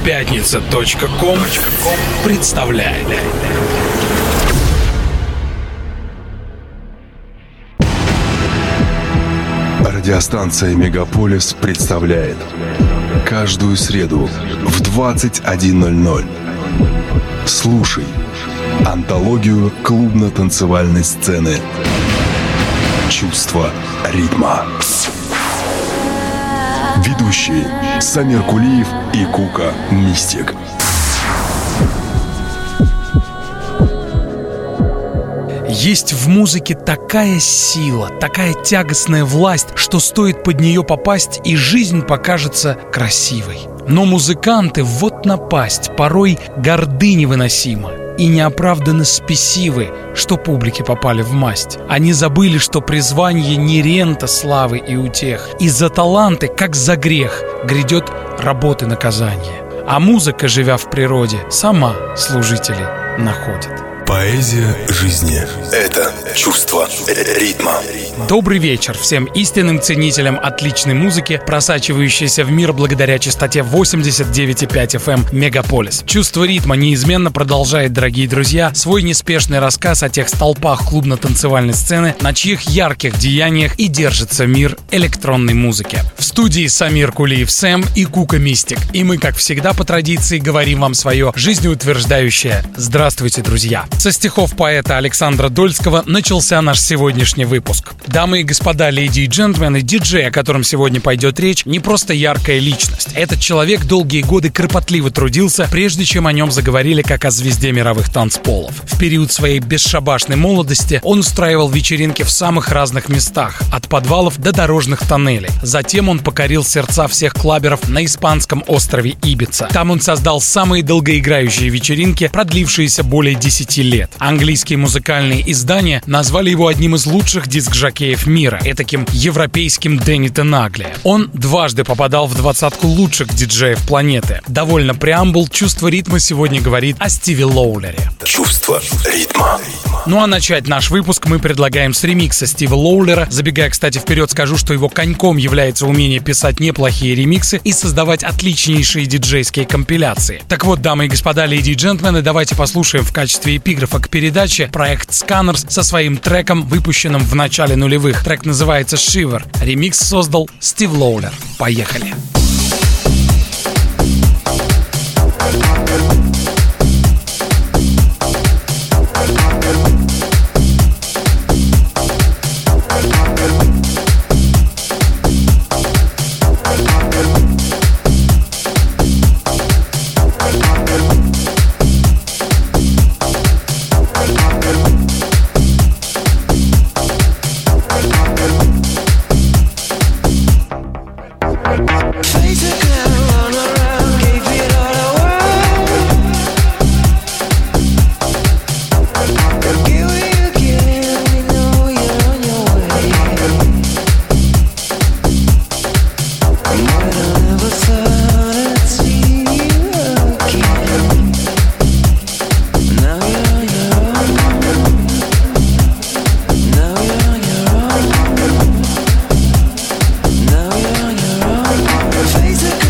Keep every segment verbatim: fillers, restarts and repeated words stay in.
Пятница точка ком представляет. Радиостанция «Мегаполис» представляет каждую среду в двадцать один ноль ноль. Слушай антологию клубно-танцевальной сцены «Чувство ритма». Ведущие Самир Кулиев и Кука Мистик. Есть в музыке такая сила, такая тягостная власть, что стоит под нее попасть, и жизнь покажется красивой. Но музыканты вот напасть, порой горды невыносимо и неоправданно спесивы, что публике попали в масть. Они забыли, что призвание не рента славы и утех, и за таланты, как за грех, грядет работы наказание. А музыка, живя в природе, сама служителей находит. Поэзия жизни — это чувство ритма. Добрый вечер всем истинным ценителям отличной музыки, просачивающейся в мир благодаря частоте восемьдесят девять и пять эф эм Мегаполис. Чувство ритма неизменно продолжает, дорогие друзья, свой неспешный рассказ о тех столпах клубно-танцевальной сцены, на чьих ярких деяниях и держится мир электронной музыки. В студии Самир Кулиев Сэм и Кука Мистик. И мы, как всегда, по традиции говорим вам свое жизнеутверждающее «Здравствуйте, друзья». Со стихов поэта Александра Дольского начался наш сегодняшний выпуск. Дамы и господа, леди и джентльмены, диджей, о котором сегодня пойдет речь, не просто яркая личность. Этот человек долгие годы кропотливо трудился, прежде чем о нем заговорили как о звезде мировых танцполов. В период своей бесшабашной молодости он устраивал вечеринки в самых разных местах, от подвалов до дорожных тоннелей. Затем он покорил сердца всех клаберов на испанском острове Ибица. Там он создал самые долгоиграющие вечеринки, продлившиеся более десяти лет. Английские музыкальные издания назвали его одним из лучших диск-жокеев мира, этаким европейским Дэнни Тенагли. Он дважды попадал в двадцатку лучших диджеев планеты. Довольно преамбул, чувство ритма сегодня говорит о Стиве Лоулере. Чувство ритма. Ну а начать наш выпуск мы предлагаем с ремикса Стива Лоулера. Забегая, кстати, вперед, скажу, что его коньком является умение писать неплохие ремиксы и создавать отличнейшие диджейские компиляции. Так вот, дамы и господа, леди и джентльмены, давайте послушаем в качестве эпиграфа к передаче проект Scanners со своим треком, выпущенным в начале нулевых. Трек называется Shiver. Ремикс создал Стив Лоулер. Поехали! Face it.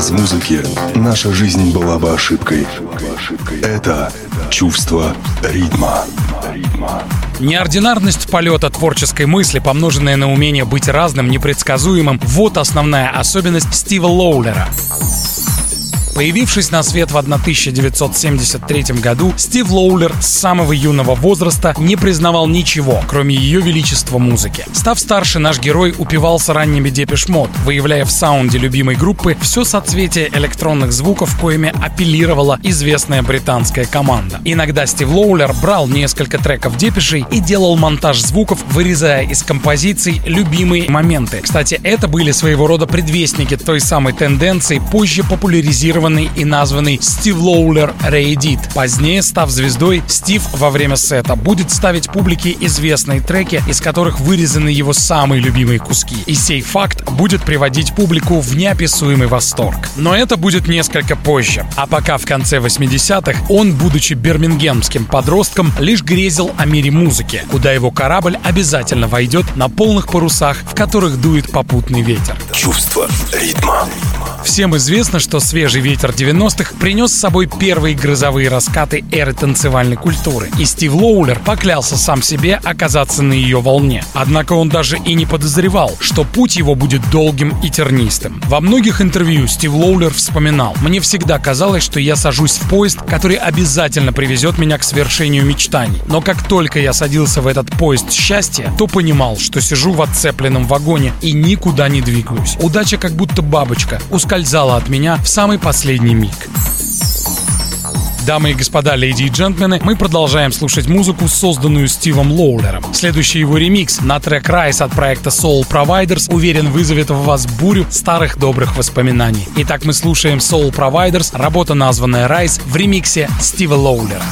Без музыки наша жизнь была бы ошибкой. Это чувство ритма. Неординарность полета творческой мысли, помноженная на умение быть разным, непредсказуемым, вот основная особенность Стива Лоулера. Появившись на свет в тысяча девятьсот семьдесят третьем году, Стив Лоулер с самого юного возраста не признавал ничего, кроме ее величества музыки. Став старше, наш герой упивался ранними Депеш Мод, выявляя в саунде любимой группы все соцветие электронных звуков, коими апеллировала известная британская команда. Иногда Стив Лоулер брал несколько треков Депешей и делал монтаж звуков, вырезая из композиций любимые моменты. Кстати, это были своего рода предвестники той самой тенденции, позже популяризированной и названный Стив Лоулер Re-Edit. Позднее, став звездой, Стив во время сета будет ставить публике известные треки, из которых вырезаны его самые любимые куски. И сей факт будет приводить публику в неописуемый восторг. Но это будет несколько позже. А пока в конце восьмидесятых он, будучи бирмингемским подростком, лишь грезил о мире музыки, куда его корабль обязательно войдет на полных парусах, в которых дует попутный ветер. Чувство ритма. Всем известно, что свежий ветер девяностых принес с собой первые грозовые раскаты эры танцевальной культуры, и Стив Лоулер поклялся сам себе оказаться на ее волне. Однако он даже и не подозревал, что путь его будет долгим и тернистым. Во многих интервью Стив Лоулер вспоминал: «Мне всегда казалось, что я сажусь в поезд, который обязательно привезет меня к свершению мечтаний. Но как только я садился в этот поезд счастья, то понимал, что сижу в отцепленном вагоне и никуда не двигаюсь. Удача, как будто бабочка, ускользала от меня в самый последний миг». Дамы и господа, леди и джентльмены, мы продолжаем слушать музыку, созданную Стивом Лоулером. Следующий его ремикс на трек Rise от проекта Soul Providers, уверен, вызовет в вас бурю старых добрых воспоминаний. Итак, мы слушаем Soul Providers, работа, названная Rise, в ремиксе Стива Лоулера.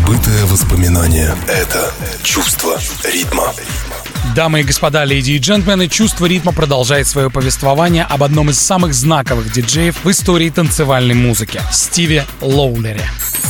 Забытое воспоминание. Это чувство ритма. Дамы и господа, леди и джентльмены, «Чувство ритма» продолжает свое повествование об одном из самых знаковых диджеев в истории танцевальной музыки — Стиве Лоулере.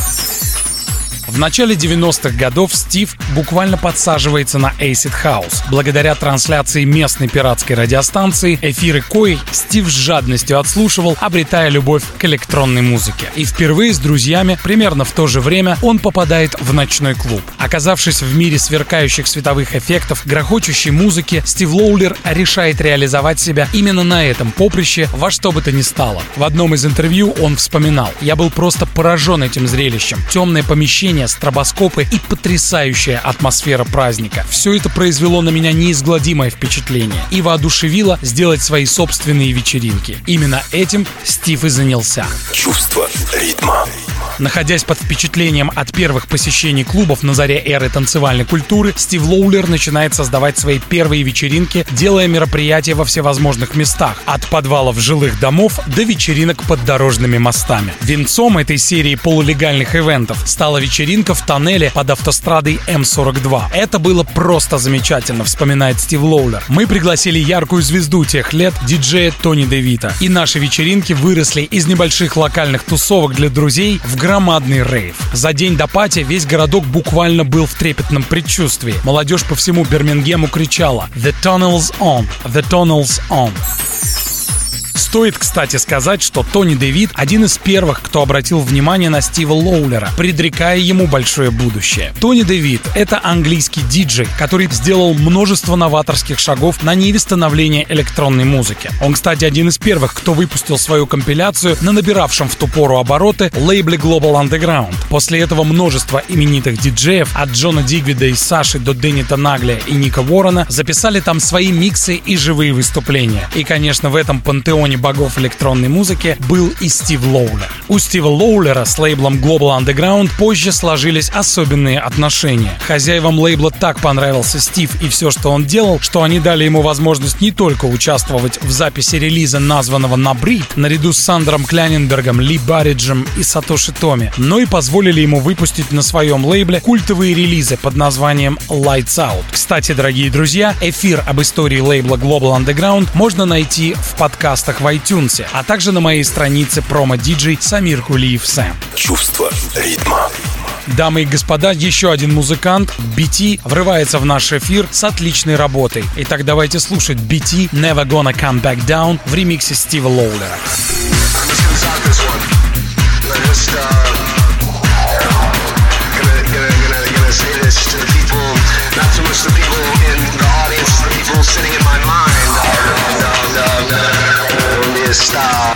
В начале девяностых годов Стив буквально подсаживается на Acid House. Благодаря трансляции местной пиратской радиостанции, эфиры коей Стив с жадностью отслушивал, обретая любовь к электронной музыке. И впервые с друзьями, примерно в то же время, он попадает в ночной клуб. Оказавшись в мире сверкающих световых эффектов, грохочущей музыки, Стив Лоулер решает реализовать себя именно на этом поприще во что бы то ни стало. В одном из интервью он вспоминал: «Я был просто поражен этим зрелищем. Темное помещение, стробоскопы и потрясающая атмосфера праздника. Все это произвело на меня неизгладимое впечатление и воодушевило сделать свои собственные вечеринки». Именно этим Стив и занялся. Чувство ритма. Находясь под впечатлением от первых посещений клубов на заре эры танцевальной культуры, Стив Лоулер начинает создавать свои первые вечеринки, делая мероприятия во всевозможных местах, от подвалов жилых домов до вечеринок под дорожными мостами. Венцом этой серии полулегальных ивентов стала вечеринка в тоннеле под автострадой эм сорок два. «Это было просто замечательно», — вспоминает Стив Лоулер. «Мы пригласили яркую звезду тех лет, диджея Тони Де Вито, и наши вечеринки выросли из небольших локальных тусовок для друзей в громадный рейв. За день до пати весь городок буквально был в трепетном предчувствии. Молодежь по всему Бирмингему кричала: «The tunnel's on! The tunnel's on!» Стоит, кстати, сказать, что Тони Де Вито — один из первых, кто обратил внимание на Стива Лоулера, предрекая ему большое будущее. Тони Де Вито — это английский диджей, который сделал множество новаторских шагов на ниве становления электронной музыки. Он, кстати, один из первых, кто выпустил свою компиляцию на набиравшем в ту пору обороты лейбле Global Underground. После этого множество именитых диджеев, от Джона Дигвида и Саши до Деннита Нагля и Ника Уоррена, записали там свои миксы и живые выступления. И, конечно, в этом пантеоне богов электронной музыки был и Стив Лоулер. У Стива Лоулера с лейблом Global Underground позже сложились особенные отношения. Хозяевам лейбла так понравился Стив и все, что он делал, что они дали ему возможность не только участвовать в записи релиза, названного на брит, наряду с Сандером Кляненбергом, Ли Барриджем и Сатоши Томи, но и позволили ему выпустить на своем лейбле культовые релизы под названием Lights Out. Кстати, дорогие друзья, эфир об истории лейбла Global Underground можно найти в подкастах в iTunes, а также на моей странице промо-диджей Самир Кулиев Сэм. Чувство ритма. Дамы и господа, еще один музыкант, би ти, врывается в наш эфир с отличной работой. Итак, давайте слушать би ти «Never Gonna Come Back Down» в ремиксе Стива Лоулера. Stop.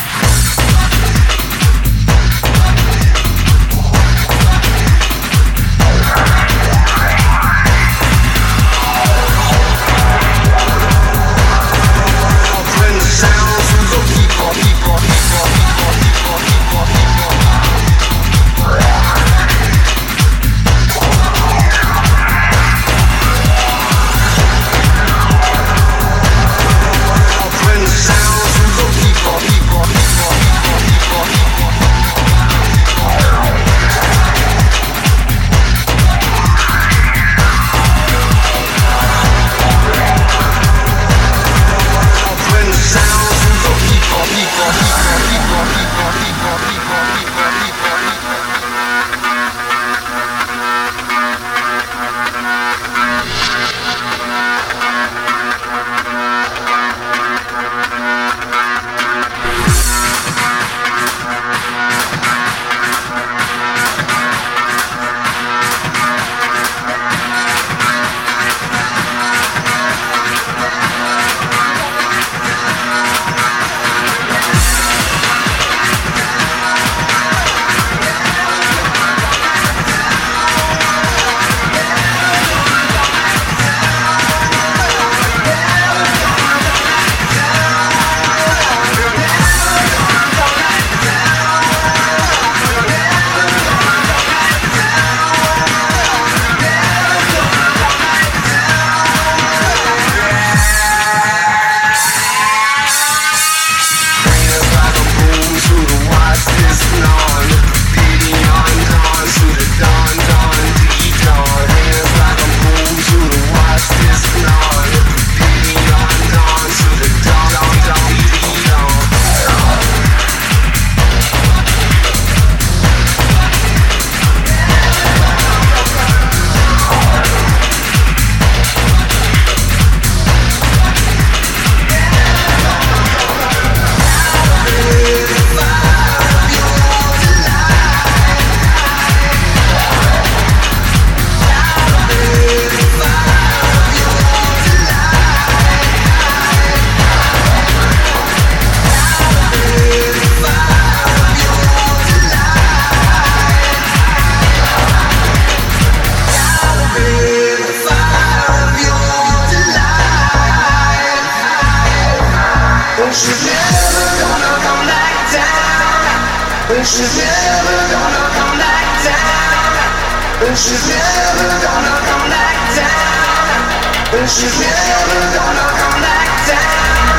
she's never gonna come back down. And she's never gonna come back down. And she's never gonna come back down.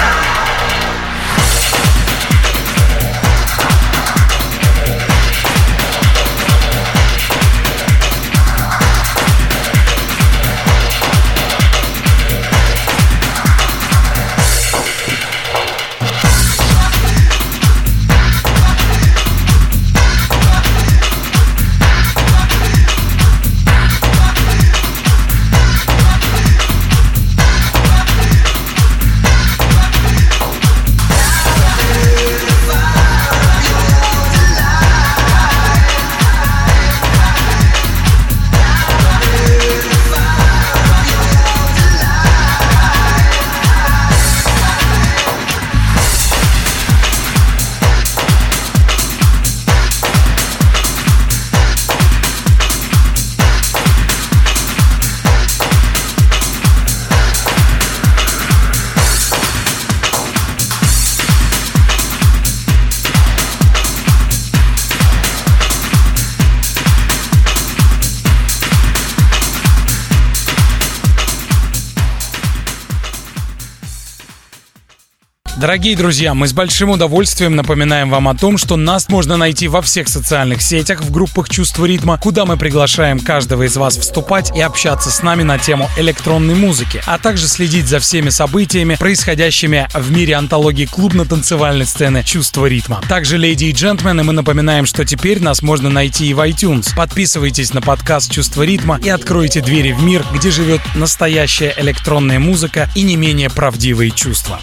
Дорогие друзья, мы с большим удовольствием напоминаем вам о том, что нас можно найти во всех социальных сетях в группах «Чувство ритма», куда мы приглашаем каждого из вас вступать и общаться с нами на тему электронной музыки, а также следить за всеми событиями, происходящими в мире антологии клубно-танцевальной сцены «Чувство ритма». Также, леди и джентльмены, мы напоминаем, что теперь нас можно найти и в iTunes. Подписывайтесь на подкаст «Чувство ритма» и откройте двери в мир, где живет настоящая электронная музыка и не менее правдивые чувства.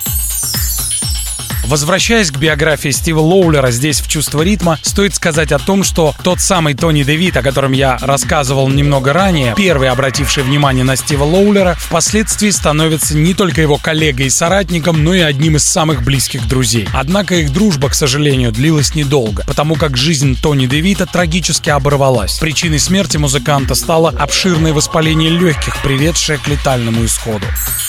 Возвращаясь к биографии Стива Лоулера здесь в «Чувство ритма», стоит сказать о том, что тот самый Тони Дэвид, о котором я рассказывал немного ранее, первый обративший внимание на Стива Лоулера, впоследствии становится не только его коллегой и соратником, но и одним из самых близких друзей. Однако их дружба, к сожалению, длилась недолго, потому как жизнь Тони Дэвида трагически оборвалась. Причиной смерти музыканта стало обширное воспаление легких, приведшее к летальному исходу.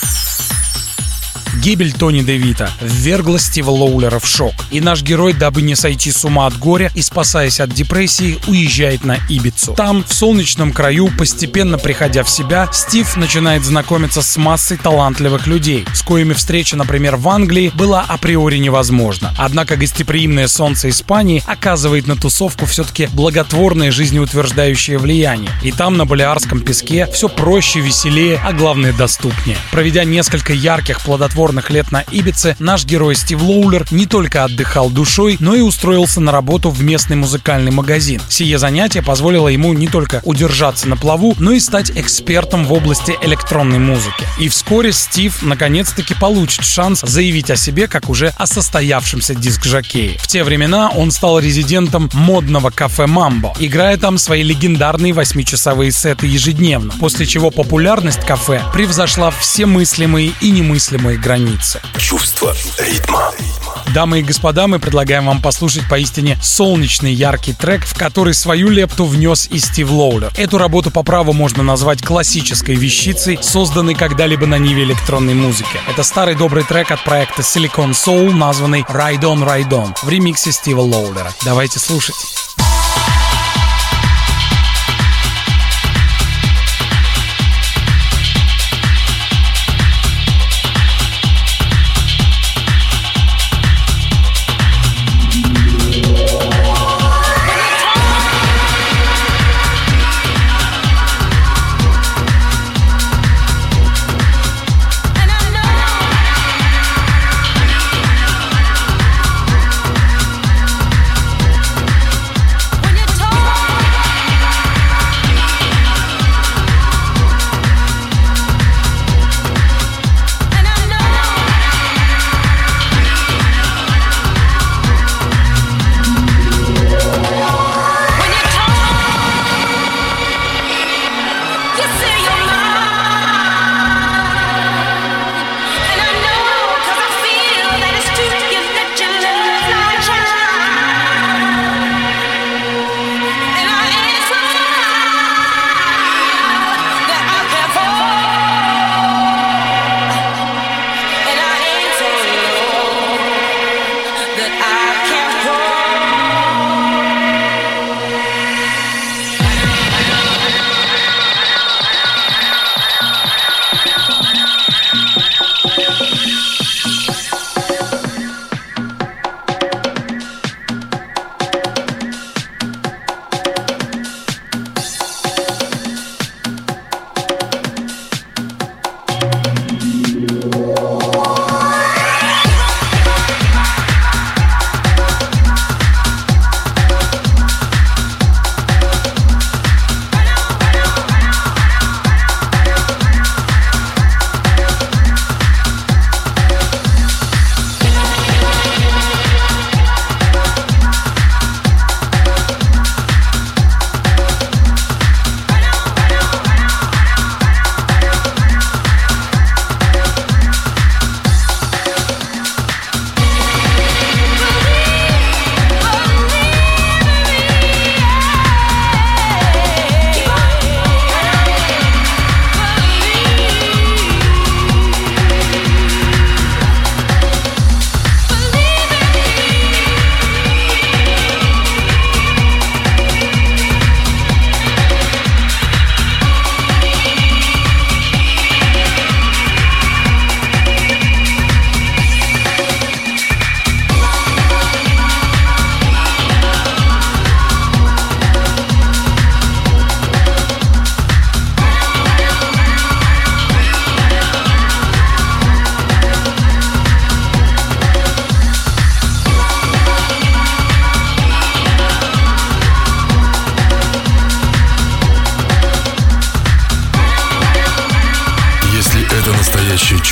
Гибель Тони Дэвида ввергла Стива Лоулера в шок, и наш герой, дабы не сойти с ума от горя и спасаясь от депрессии, уезжает на Ибицу. Там, в солнечном краю, постепенно приходя в себя, Стив начинает знакомиться с массой талантливых людей, с коими встреча, например, в Англии была априори невозможна. Однако гостеприимное солнце Испании оказывает на тусовку все-таки благотворное жизнеутверждающее влияние, и там, на Балеарском песке, все проще, веселее, а главное доступнее. Проведя несколько ярких, плодотворных лет на Ибице, наш герой Стив Лоулер не только отдыхал душой, но и устроился на работу в местный музыкальный магазин. Сие занятие позволило ему не только удержаться на плаву, но и стать экспертом в области электронной музыки. И вскоре Стив наконец-таки получит шанс заявить о себе как уже о состоявшемся диск-жокее. В те времена он стал резидентом модного кафе «Мамбо», играя там свои легендарные восьмичасовые сеты ежедневно, после чего популярность кафе превзошла все мыслимые и немыслимые границы. Чувство ритма. Дамы и господа, мы предлагаем вам послушать поистине солнечный яркий трек, в который свою лепту внес и Стив Лоулер. Эту работу по праву можно назвать классической вещицей, созданной когда-либо на ниве электронной музыки. Это старый добрый трек от проекта Silicon Soul, названный Ride On, Ride On, в ремиксе Стива Лоулера. Давайте слушать.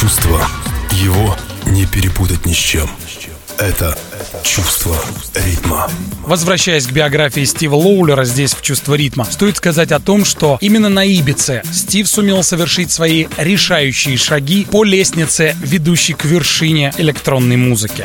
чувство, его не перепутать ни с чем. Это чувство ритма. Возвращаясь к биографии Стива Лоулера здесь в «Чувство ритма», стоит сказать о том, что именно на Ибице Стив сумел совершить свои решающие шаги по лестнице, ведущей к вершине электронной музыки.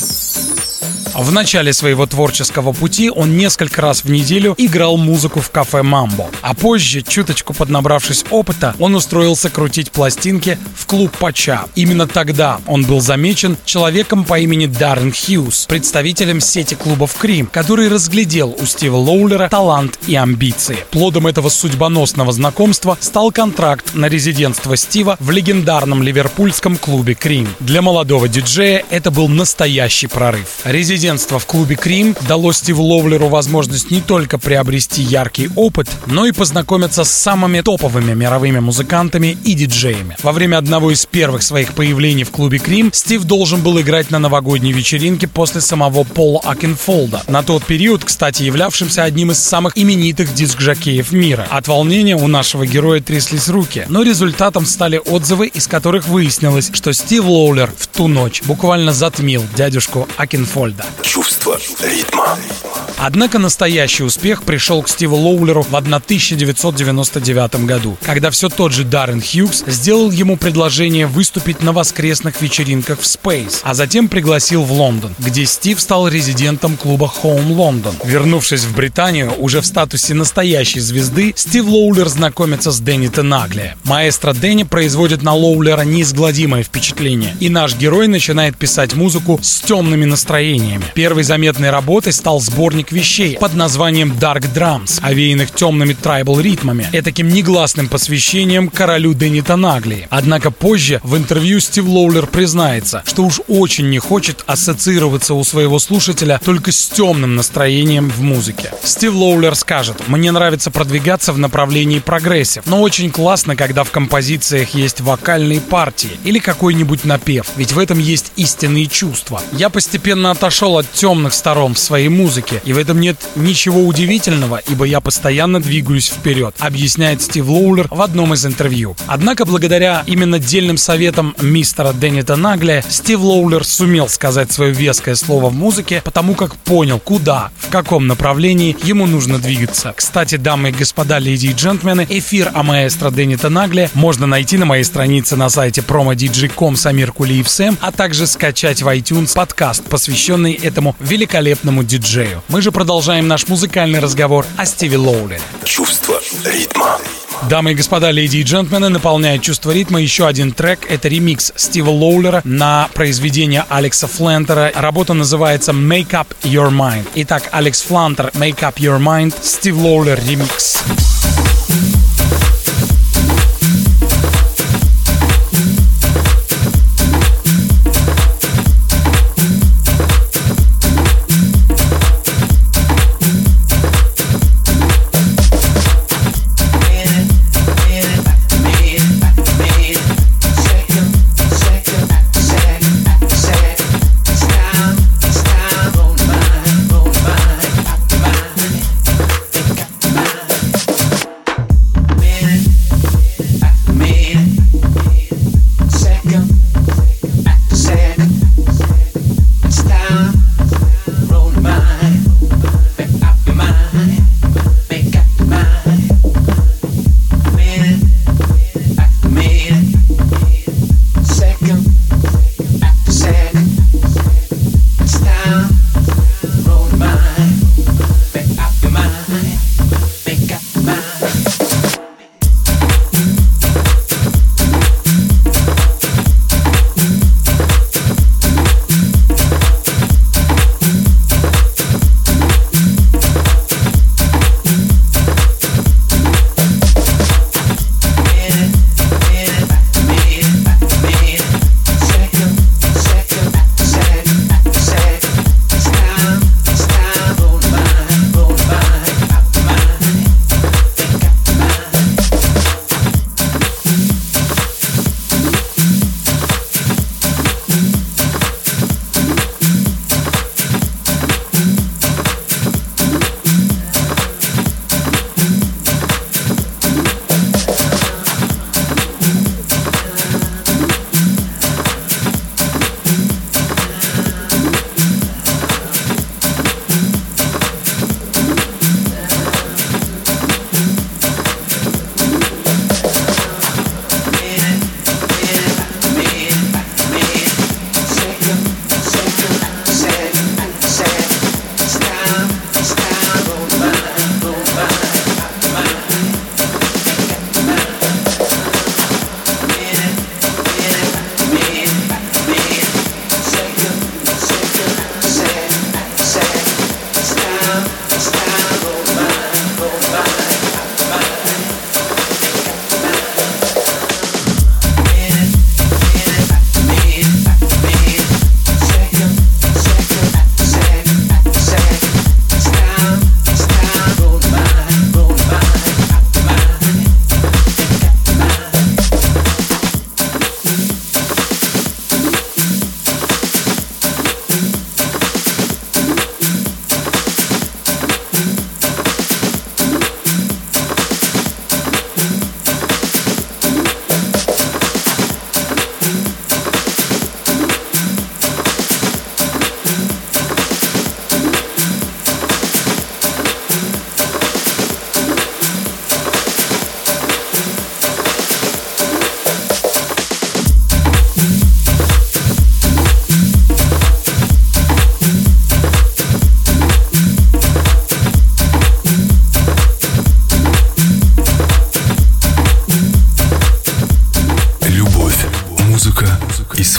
В начале своего творческого пути он несколько раз в неделю играл музыку в кафе «Мамбо», а позже, чуточку поднабравшись опыта, он устроился крутить пластинки в клуб «Пача». Именно тогда он был замечен человеком по имени Даррен Хьюз, представителем сети клубов «Крим», который разглядел у Стива Лоулера талант и амбиции. Плодом этого судьбоносного знакомства стал контракт на резидентство Стива в легендарном ливерпульском клубе «Крим». Для молодого диджея это был настоящий прорыв. Резидентство в клубе «Крим» дало Стиву Лоулеру возможность не только приобрести яркий опыт, но и познакомиться с самыми топовыми мировыми музыкантами и диджеями. Во время одного из первых своих появлений в клубе «Крим» Стив должен был играть на новогодней вечеринке после самого Пола Окенфолда, на тот период, кстати, являвшимся одним из самых именитых диск-жокеев мира. От волнения у нашего героя тряслись руки, но результатом стали отзывы, из которых выяснилось, что Стив Лоулер в ту ночь буквально затмил дядюшку Окенфолда. Чувство ритма. Однако настоящий успех пришел к Стиву Лоулеру в тысяча девятьсот девяносто девятом году, когда все тот же Даррен Хьюз сделал ему предложение выступить на воскресных вечеринках в Space, а затем пригласил в Лондон, где Стив стал резидентом клуба Home London. Вернувшись в Британию, уже в статусе настоящей звезды, Стив Лоулер знакомится с Дэнни Тенаглия. Маэстро Дэнни производит на Лоулера неизгладимое впечатление, и наш герой начинает писать музыку с темными настроениями. Первой заметной работой стал сборник вещей под названием Dark Drums, овеянных темными трайбл ритмами, этаким негласным посвящением королю Дэнни Тенаглии. Однако позже в интервью Стив Лоулер признается, что уж очень не хочет ассоциироваться у своего слушателя только с темным настроением в музыке. Стив Лоулер скажет: «Мне нравится продвигаться в направлении прогрессив, но очень классно, когда в композициях есть вокальные партии или какой-нибудь напев, ведь в этом есть истинные чувства. Я постепенно отошел от темных сторон в своей музыке, и в этом нет ничего удивительного, ибо я постоянно двигаюсь вперед», объясняет Стив Лоулер в одном из интервью. Однако благодаря именно дельным советам мистера Дэнни Тенаглия Стив Лоулер сумел сказать свое веское слово в музыке, потому как понял, куда, в каком направлении ему нужно двигаться. Кстати, дамы и господа, леди и джентльмены, эфир о маэстро Дэнни Тенаглия можно найти на моей странице на сайте промо диджей точка ком Самир Кулиев Сэм, а также скачать в iTunes подкаст, посвященный этому великолепному диджею. Мы же продолжаем наш музыкальный разговор о Стиве Лоулере. Чувство ритма. Дамы и господа, леди и джентльмены, наполняет «Чувство ритма» еще один трек. Это ремикс Стива Лоулера на произведение Алекса Флантера. Работа называется «Make Up Your Mind». Итак, Алекс Флантер, «Make Up Your Mind», Стив Лоулер ремикс.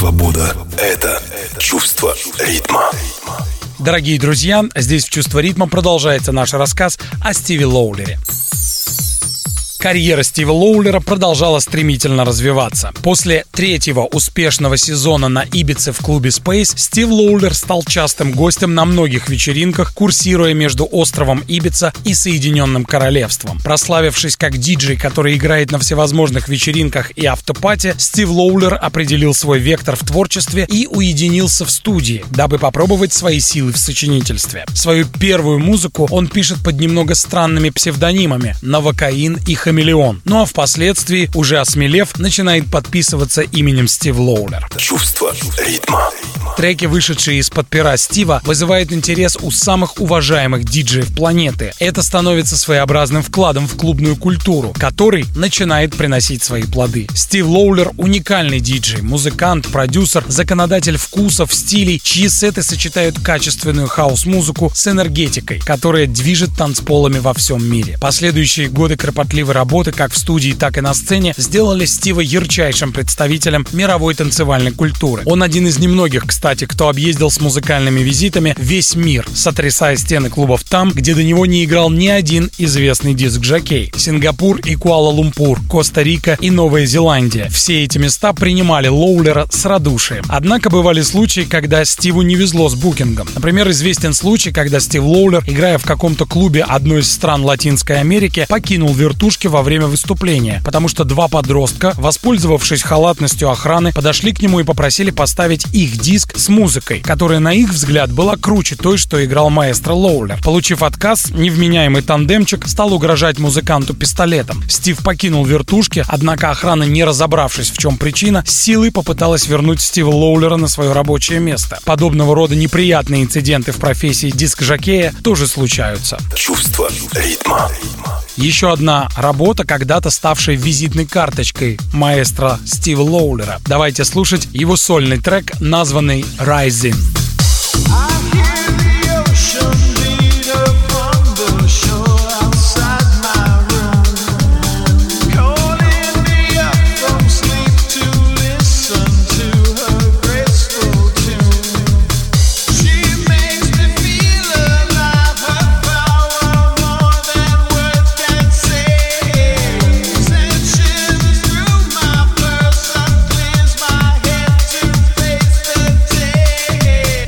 свобода — это чувство ритма. Дорогие друзья, здесь в «Чувство ритма» продолжается наш рассказ о Стиве Лоулере. Карьера Стива Лоулера продолжала стремительно развиваться. После третьего успешного сезона на Ибице в клубе Space Стив Лоулер стал частым гостем на многих вечеринках, курсируя между островом Ибица и Соединенным Королевством. Прославившись как диджей, который играет на всевозможных вечеринках и автопати, Стив Лоулер определил свой вектор в творчестве и уединился в студии, дабы попробовать свои силы в сочинительстве. Свою первую музыку он пишет под немного странными псевдонимами «Новокаин» и «Хамелеон». Миллион. Ну а впоследствии, уже осмелев, начинает подписываться именем Стив Лоулер. Чувство ритма. Треки, вышедшие из-под пера Стива, вызывают интерес у самых уважаемых диджеев планеты. Это становится своеобразным вкладом в клубную культуру, который начинает приносить свои плоды. Стив Лоулер — уникальный диджей, музыкант, продюсер, законодатель вкусов, стилей, чьи сеты сочетают качественную хаус-музыку с энергетикой, которая движет танцполами во всем мире. Последующие годы кропотливой работы как в студии, так и на сцене сделали Стива ярчайшим представителем мировой танцевальной культуры. Он один из немногих, кстати, кто объездил с музыкальными визитами весь мир, сотрясая стены клубов там, где до него не играл ни один известный диск-жокей. Сингапур и Куала-Лумпур, Коста-Рика и Новая Зеландия. Все эти места принимали Лоулера с радушием. Однако бывали случаи, когда Стиву не везло с букингом. Например, известен случай, когда Стив Лоулер, играя в каком-то клубе одной из стран Латинской Америки, покинул вертушки во время выступления, потому что два подростка, воспользовавшись халатностью охраны, подошли к нему и попросили поставить их диск с музыкой, которая, на их взгляд, была круче той, что играл маэстро Лоулер. Получив отказ, невменяемый тандемчик стал угрожать музыканту пистолетом. Стив покинул вертушки, однако охрана, не разобравшись, в чем причина, силой попыталась вернуть Стива Лоулера на свое рабочее место. Подобного рода неприятные инциденты в профессии диск-жокея тоже случаются. Чувство ритма. Еще одна работа, когда-то ставшая визитной карточкой маэстро Стива Лоулера. Давайте слушать его сольный трек, названный «Rising». Hey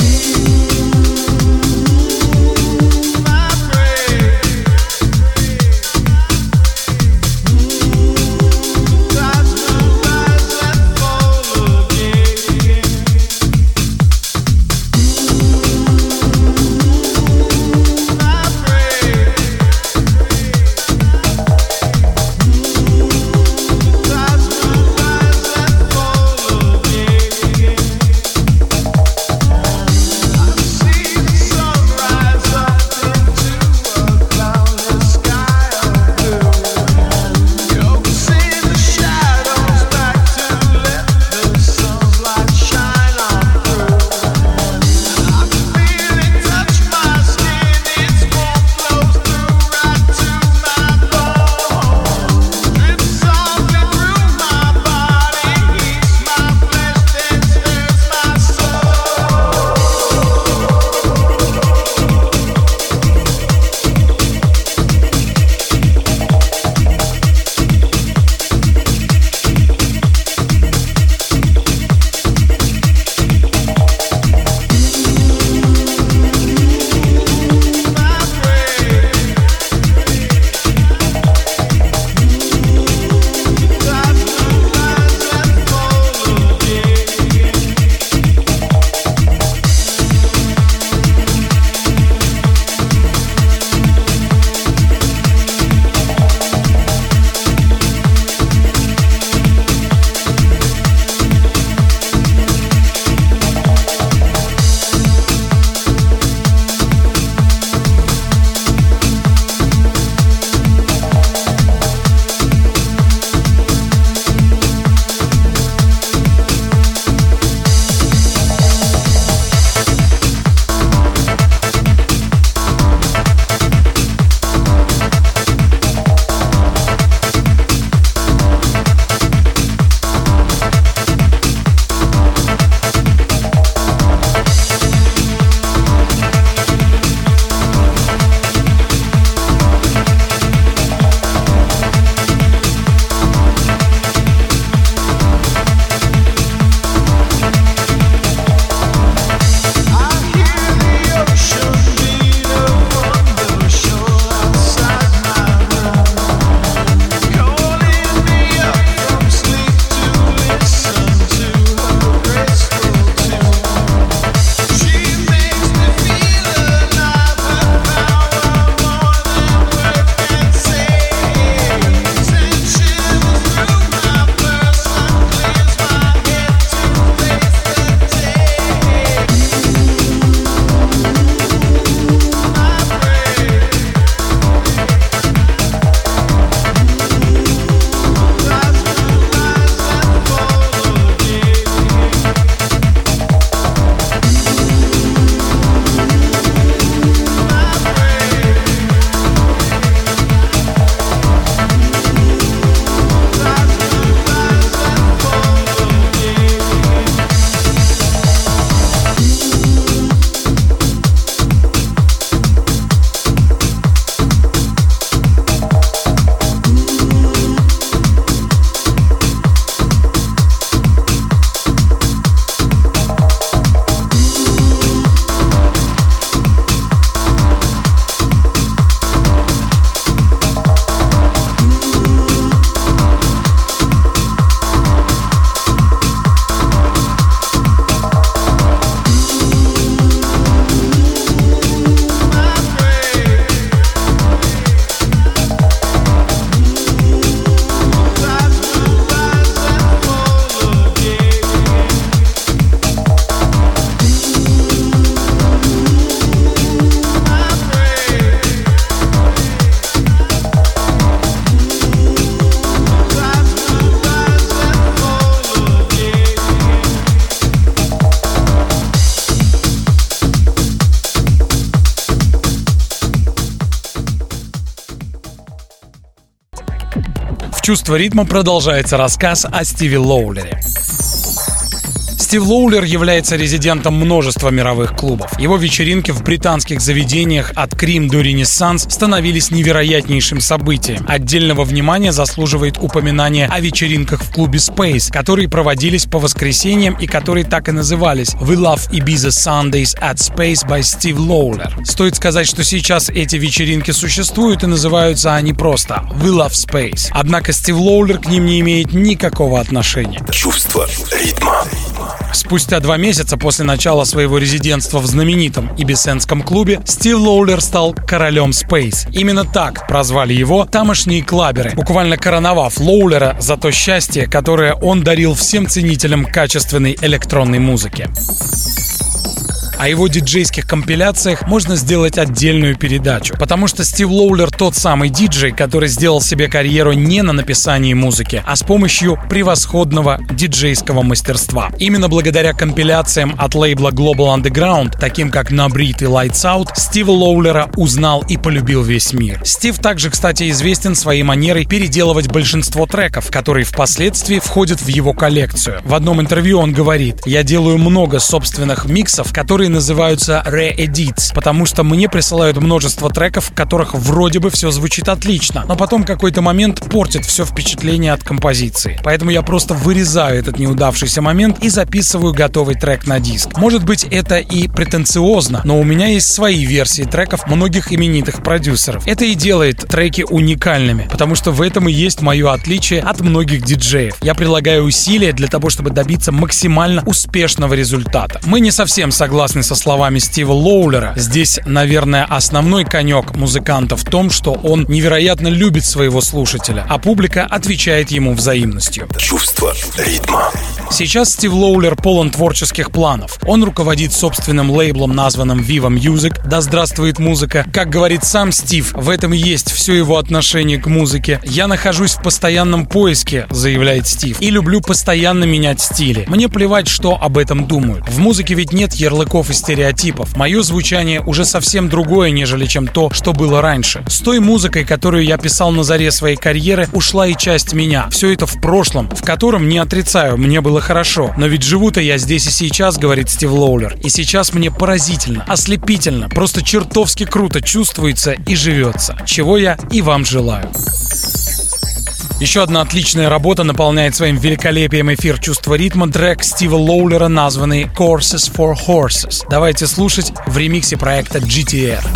«Чувство ритма» продолжается рассказ о Стиве Лоулере. Стив Лоулер является резидентом множества мировых клубов. Его вечеринки в британских заведениях от Крим до Ренессанс становились невероятнейшим событием. Отдельного внимания заслуживает упоминание о вечеринках в клубе Space, которые проводились по воскресеньям и которые так и назывались «We Love Ibiza Sundays at Space by Steve Lawler». Стоит сказать, что сейчас эти вечеринки существуют и называются они просто «We Love Space». Однако Стив Лоулер к ним не имеет никакого отношения. Чувство ритма. Спустя два месяца после начала своего резидентства в знаменитом ибисенском клубе Стив Лоулер стал королем Space. Именно так прозвали его тамошние клаберы, буквально короновав Лоулера за то счастье, которое он дарил всем ценителям качественной электронной музыки. О его диджейских компиляциях можно сделать отдельную передачу, потому что Стив Лоулер тот самый диджей, который сделал себе карьеру не на написании музыки, а с помощью превосходного диджейского мастерства. Именно благодаря компиляциям от лейбла Global Underground, таким как Nabrit и Lights Out, Стива Лоулера узнал и полюбил весь мир. Стив также, кстати, известен своей манерой переделывать большинство треков, которые впоследствии входят в его коллекцию. В одном интервью он говорит: «Я делаю много собственных миксов, которые называются re-edits, потому что мне присылают множество треков, в которых вроде бы все звучит отлично, но потом какой-то момент портит все впечатление от композиции. Поэтому я просто вырезаю этот неудавшийся момент и записываю готовый трек на диск. Может быть, это и претенциозно, но у меня есть свои версии треков многих именитых продюсеров. Это и делает треки уникальными, потому что в этом и есть мое отличие от многих диджеев. Я прилагаю усилия для того, чтобы добиться максимально успешного результата». Мы не совсем согласны со словами Стива Лоулера. Здесь, наверное, основной конек музыканта в том, что он невероятно любит своего слушателя, а публика отвечает ему взаимностью. Чувство ритма. Сейчас Стив Лоулер полон творческих планов. Он руководит собственным лейблом, названным Viva Music. Да здравствует музыка. Как говорит сам Стив, в этом и есть все его отношение к музыке. «Я нахожусь в постоянном поиске», — заявляет Стив, «и люблю постоянно менять стили. Мне плевать, что об этом думают. В музыке ведь нет ярлыков и стереотипов. Мое звучание уже совсем другое, нежели чем то, что было раньше. С той музыкой, которую я писал на заре своей карьеры, ушла и часть меня. Все это в прошлом, в котором, не отрицаю, мне было хорошо. Но ведь живу-то я здесь и сейчас», — говорит Стив Лоулер. «И сейчас мне поразительно, ослепительно, просто чертовски круто чувствуется и живется. Чего я и вам желаю». Еще одна отличная работа наполняет своим великолепием эфир «Чувство ритма» трек Стива Лоулера, названный «Courses for Horses». Давайте слушать в ремиксе проекта джи ти ар.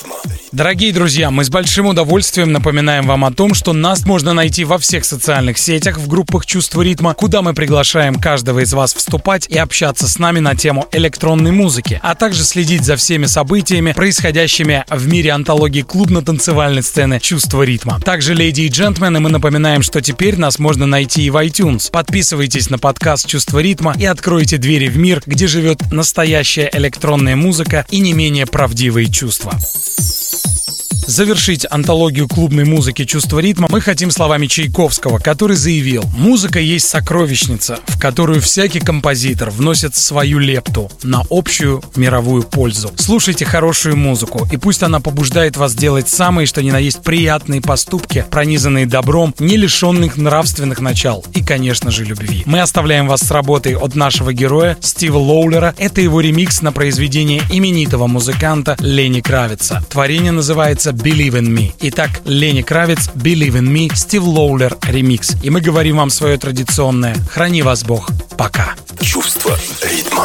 Дорогие друзья, мы с большим удовольствием напоминаем вам о том, что нас можно найти во всех социальных сетях в группах «Чувство ритма», куда мы приглашаем каждого из вас вступать и общаться с нами на тему электронной музыки, а также следить за всеми событиями, происходящими в мире антологии клубно-танцевальной сцены «Чувство ритма». Также, леди и джентльмены, мы напоминаем, что теперь нас можно найти и в iTunes. Подписывайтесь на подкаст «Чувство ритма» и откройте двери в мир, где живет настоящая электронная музыка и не менее правдивые чувства. Завершить антологию клубной музыки «Чувство ритма» мы хотим словами Чайковского, который заявил: «Музыка есть сокровищница, в которую всякий композитор вносит свою лепту на общую мировую пользу. Слушайте хорошую музыку, и пусть она побуждает вас делать самые, что ни на есть, приятные поступки, пронизанные добром, не лишенных нравственных начал и, конечно же, любви». Мы оставляем вас с работой от нашего героя Стива Лоулера. Это его ремикс на произведение именитого музыканта Лени Кравица. Творение называется «Believe in Me». Итак, Лени Кравиц, «Believe in Me», Стив Лоулер ремикс. И мы говорим вам свое традиционное: храни вас Бог. Пока. Чувство ритма.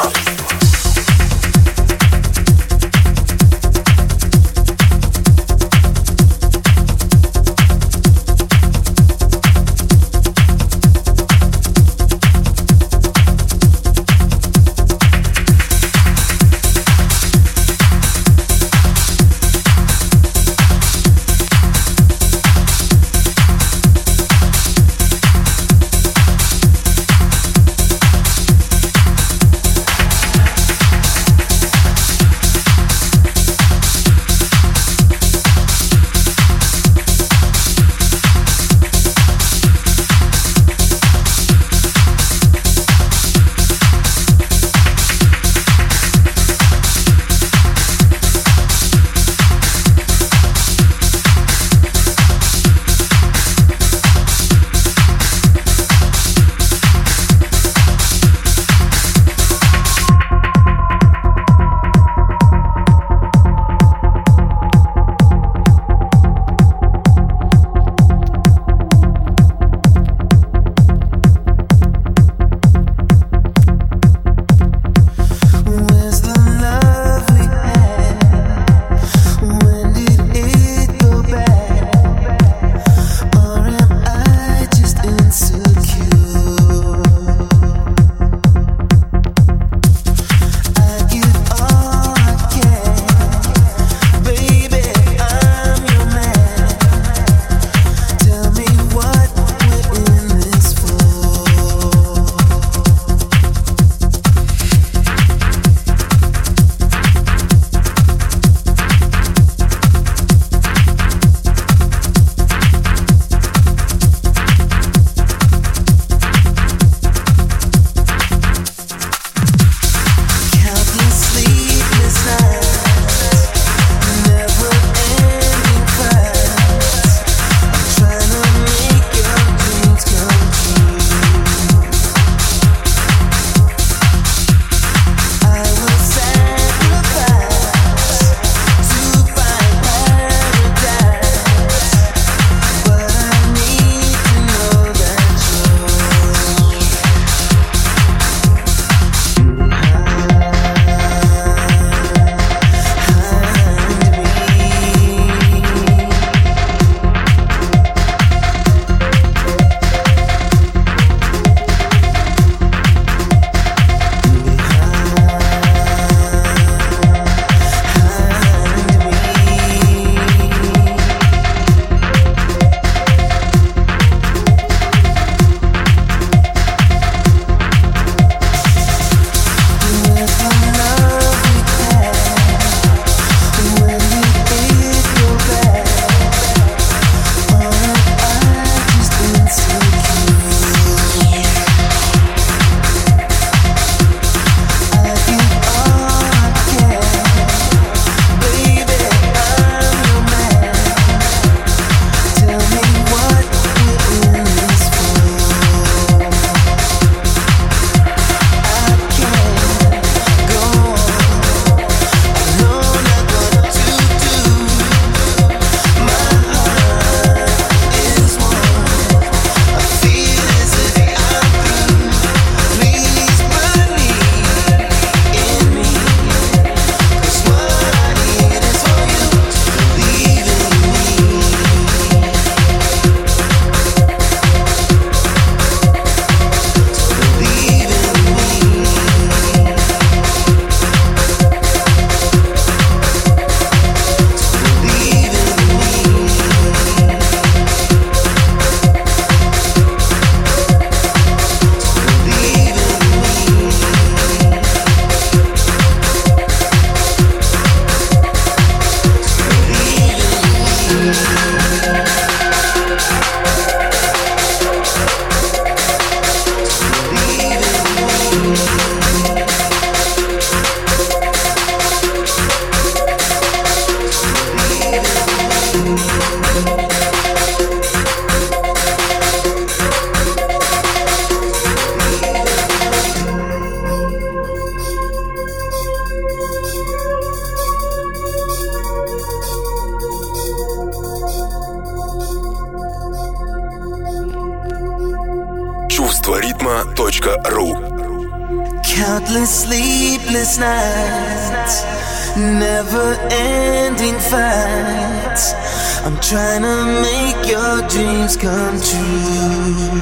чувство ритма точка ру. Countless sleepless nights, never-ending fights. I'm trying to make your dreams come true.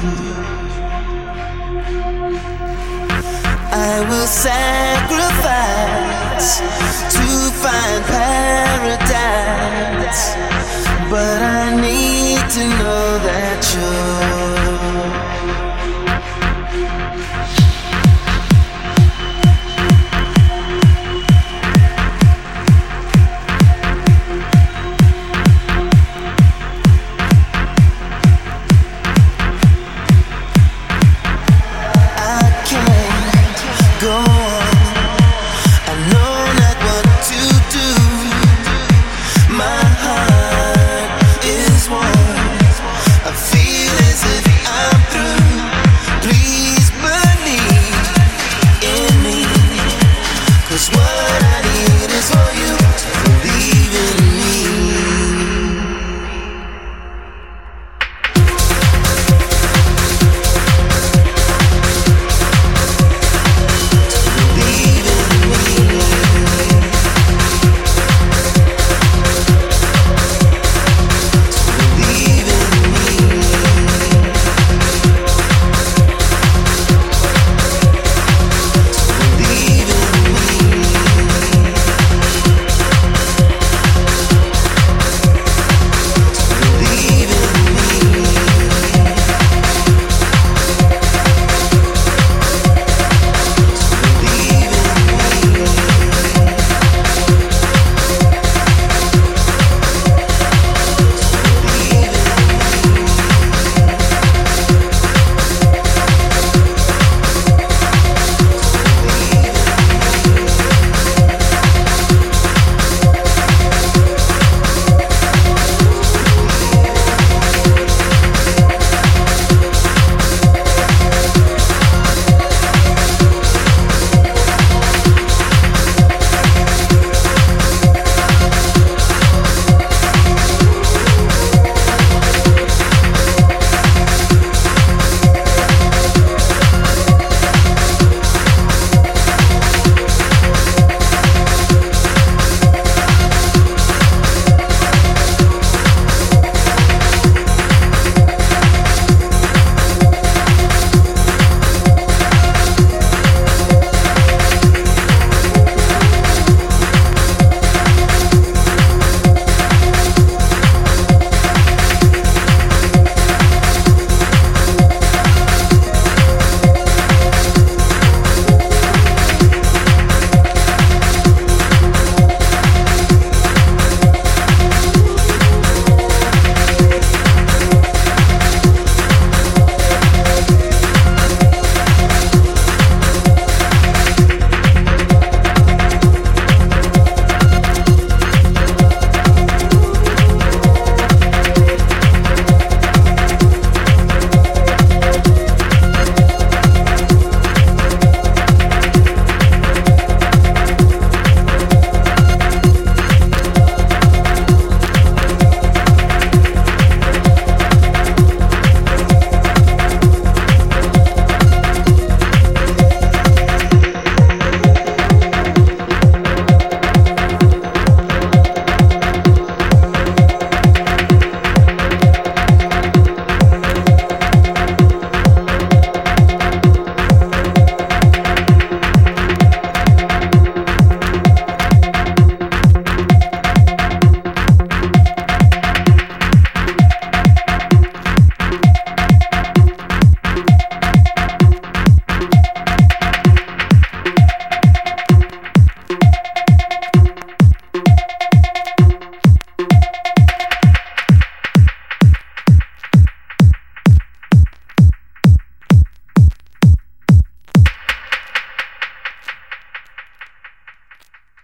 I will sacrifice to find paradise.